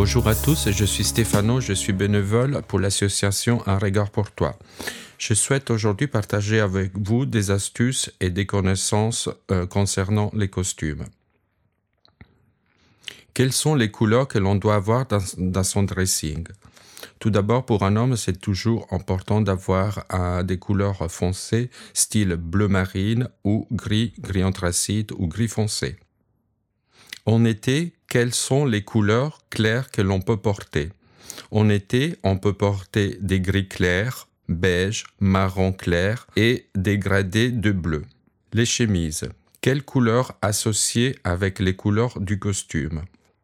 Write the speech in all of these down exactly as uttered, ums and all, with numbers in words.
Bonjour à tous, je suis Stéphano, je suis bénévole pour l'association Un regard pour toi. Je souhaite aujourd'hui partager avec vous des astuces et des connaissances euh, concernant les costumes. Quelles sont les couleurs que l'on doit avoir dans, dans son dressing? Tout d'abord, pour un homme, c'est toujours important d'avoir euh, des couleurs foncées, style bleu marine ou gris, gris anthracite ou gris foncé. En été, quelles sont les couleurs claires que l'on peut porter? En été, on peut porter des gris clairs, beige, marron clair et des gradés de bleu. Les chemises. Quelles couleurs associées avec les couleurs du costume?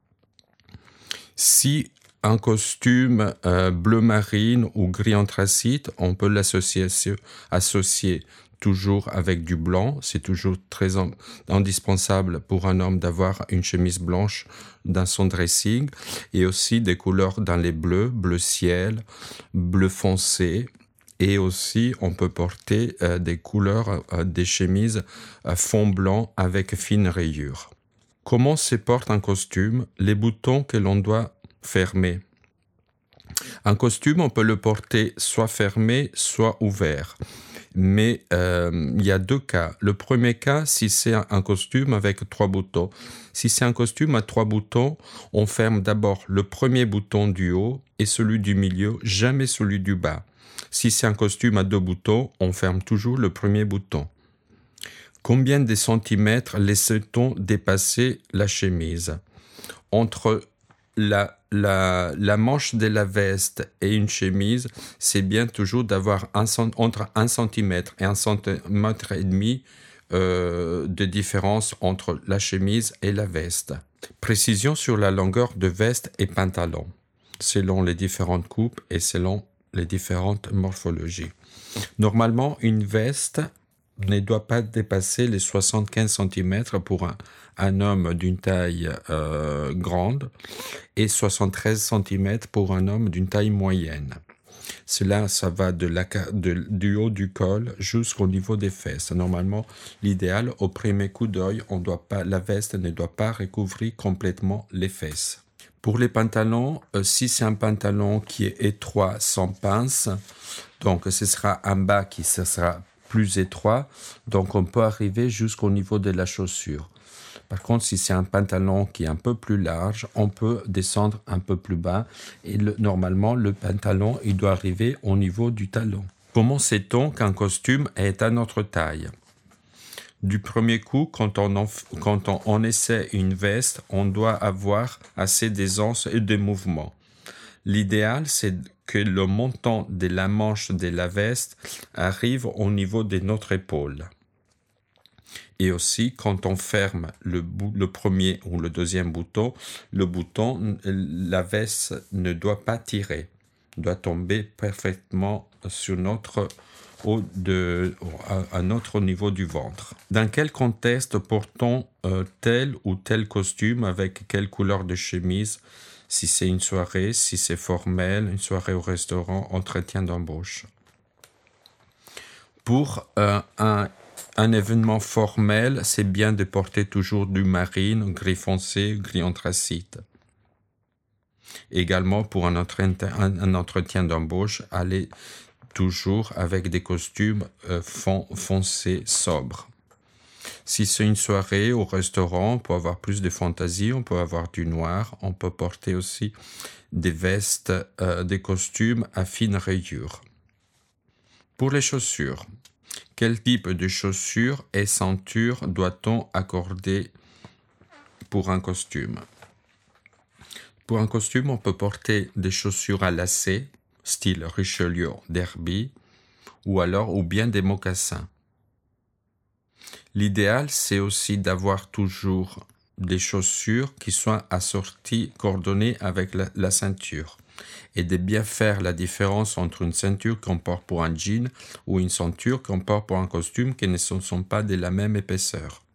Si un costume euh, bleu marine ou gris anthracite, on peut l'associer associer toujours avec du blanc. C'est toujours très en, indispensable pour un homme d'avoir une chemise blanche dans son dressing. Et aussi des couleurs dans les bleus, bleu ciel, bleu foncé. Et aussi, on peut porter euh, des couleurs, euh, des chemises à fond blanc avec fines rayures. Comment se porte un costume? Les boutons que l'on doit fermer. Un costume, on peut le porter soit fermé, soit ouvert. Mais euh, il y a deux cas. Le premier cas, si c'est un costume avec trois boutons. Si c'est un costume à trois boutons, on ferme d'abord le premier bouton du haut et celui du milieu, jamais celui du bas. Si c'est un costume à deux boutons, on ferme toujours le premier bouton. Combien de centimètres laisse-t-on dépasser la chemise? Entre la, la, la manche de la veste et une chemise, c'est bien toujours d'avoir un, entre un centimètre et un centimètre et demi euh, de différence entre la chemise et la veste. Précision sur la longueur de veste et pantalon, selon les différentes coupes et selon les différentes morphologies. Normalement, une veste ne doit pas dépasser les soixante-quinze centimètres pour un, un homme d'une taille euh, grande et soixante-treize centimètres pour un homme d'une taille moyenne. Cela, ça va de la, de, du haut du col jusqu'au niveau des fesses. Normalement, l'idéal, au premier coup d'œil, on doit pas, la veste ne doit pas recouvrir complètement les fesses. Pour les pantalons, euh, si c'est un pantalon qui est étroit sans pince, donc ce sera un bas qui ce sera plus étroit, donc on peut arriver jusqu'au niveau de la chaussure. Par contre, si c'est un pantalon qui est un peu plus large, on peut descendre un peu plus bas et le, normalement, le pantalon, il doit arriver au niveau du talon. Comment sait-on qu'un costume est à notre taille? Du premier coup, quand on, en, quand on, on essaie une veste, on doit avoir assez d'aisance et de mouvement. L'idéal, c'est que le montant de la manche de la veste arrive au niveau de notre épaule. Et aussi, quand on ferme le, bout, le premier ou le deuxième bouton, le bouton, la veste ne doit pas tirer, doit tomber parfaitement sur notre haut de, à, à notre niveau du ventre. Dans quel contexte portons euh, tel ou tel costume avec quelle couleur de chemise? Si c'est une soirée, si c'est formel, une soirée au restaurant, entretien d'embauche. Pour euh, un, un événement formel, c'est bien de porter toujours du marine, gris foncé, gris anthracite. Également, pour un entretien, un, un entretien d'embauche, allez toujours avec des costumes euh, fon, foncés, sobres. Si c'est une soirée au restaurant, on peut avoir plus de fantaisie, on peut avoir du noir, on peut porter aussi des vestes, euh, des costumes à fines rayures. Pour les chaussures, quel type de chaussures et ceintures doit-on accorder pour un costume? Pour un costume, on peut porter des chaussures à lacets, style Richelieu, Derby, ou alors ou bien des mocassins. L'idéal, c'est aussi d'avoir toujours des chaussures qui soient assorties, coordonnées avec la, la ceinture et de bien faire la différence entre une ceinture qu'on porte pour un jean ou une ceinture qu'on porte pour un costume qui ne sont, sont pas de la même épaisseur.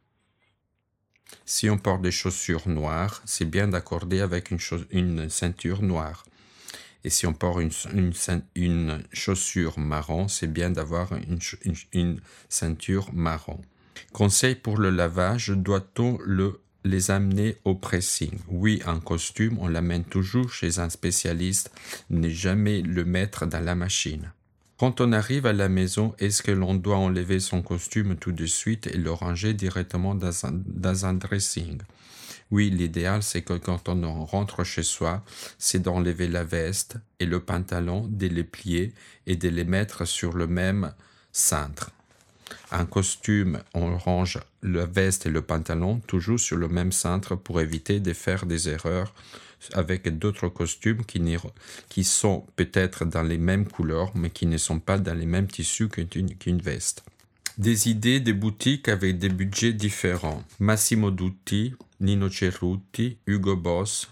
Si on porte des chaussures noires, c'est bien d'accorder avec une, cha- une ceinture noire. Et si on porte une, une, une chaussure marron, c'est bien d'avoir une, une, une ceinture marron. Conseil pour le lavage, doit-on le les amener au pressing. Oui, un costume, on l'amène toujours chez un spécialiste, ne jamais le mettre dans la machine. Quand on arrive à la maison, est-ce que l'on doit enlever son costume tout de suite et le ranger directement dans un, dans un dressing? Oui, l'idéal, c'est que quand on rentre chez soi, c'est d'enlever la veste et le pantalon, de les plier et de les mettre sur le même cintre. Un costume, on range la veste et le pantalon toujours sur le même cintre pour éviter de faire des erreurs avec d'autres costumes qui, qui sont peut-être dans les mêmes couleurs, mais qui ne sont pas dans les mêmes tissus qu'une, qu'une veste. Des idées de boutiques avec des budgets différents. Massimo Dutti, Nino Cerruti, Hugo Boss,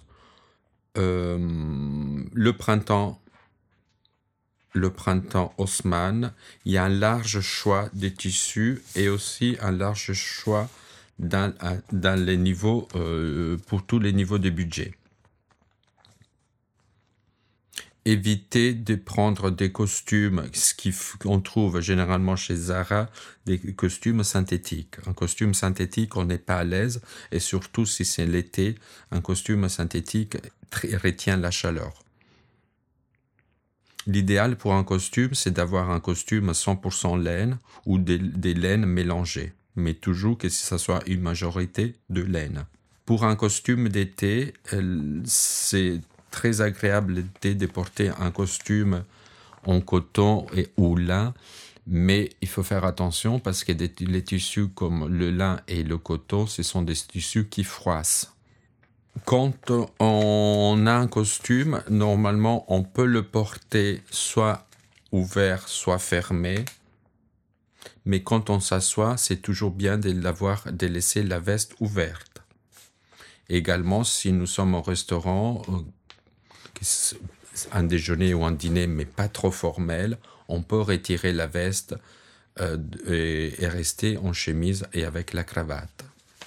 euh, le printemps, le printemps Haussmann. Il y a un large choix de tissus et aussi un large choix dans, dans les niveaux, euh, pour tous les niveaux de budget. Évitez de prendre des costumes, ce qu'on trouve généralement chez Zara, des costumes synthétiques. Un costume synthétique, on n'est pas à l'aise, et surtout si c'est l'été, un costume synthétique retient la chaleur. L'idéal pour un costume, c'est d'avoir un costume cent pour cent laine ou des, des laines mélangées, mais toujours que ça soit une majorité de laine. Pour un costume d'été, c'est très agréable l'été de porter un costume en coton et ou lin, mais il faut faire attention parce que des, les tissus comme le lin et le coton, ce sont des tissus qui froissent. Quand on a un costume, normalement, on peut le porter soit ouvert, soit fermé. Mais quand on s'assoit, c'est toujours bien de l'avoir, de laisser la veste ouverte. Également, si nous sommes au restaurant, un déjeuner ou un dîner, mais pas trop formel, on peut retirer la veste euh, et, et rester en chemise et avec la cravate.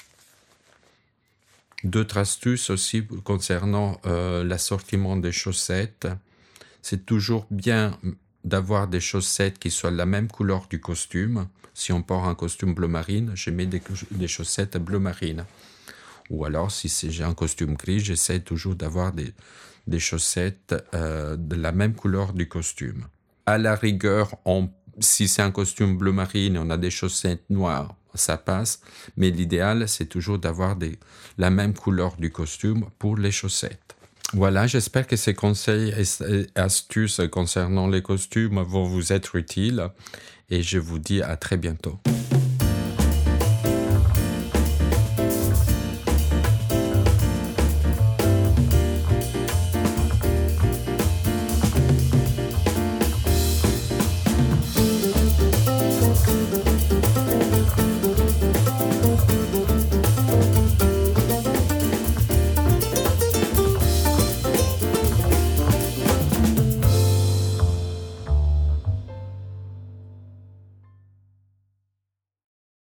D'autres astuces aussi concernant euh, l'assortiment des chaussettes. C'est toujours bien d'avoir des chaussettes qui soient la même couleur du costume. Si on porte un costume bleu marine, je mets des, des chaussettes bleu marine. Ou alors, si j'ai un costume gris, j'essaie toujours d'avoir des, des chaussettes euh, de la même couleur du costume. À la rigueur, on, si c'est un costume bleu marine et on a des chaussettes noires, ça passe. Mais l'idéal, c'est toujours d'avoir des, la même couleur du costume pour les chaussettes. Voilà, j'espère que ces conseils et astuces concernant les costumes vont vous être utiles et je vous dis à très bientôt.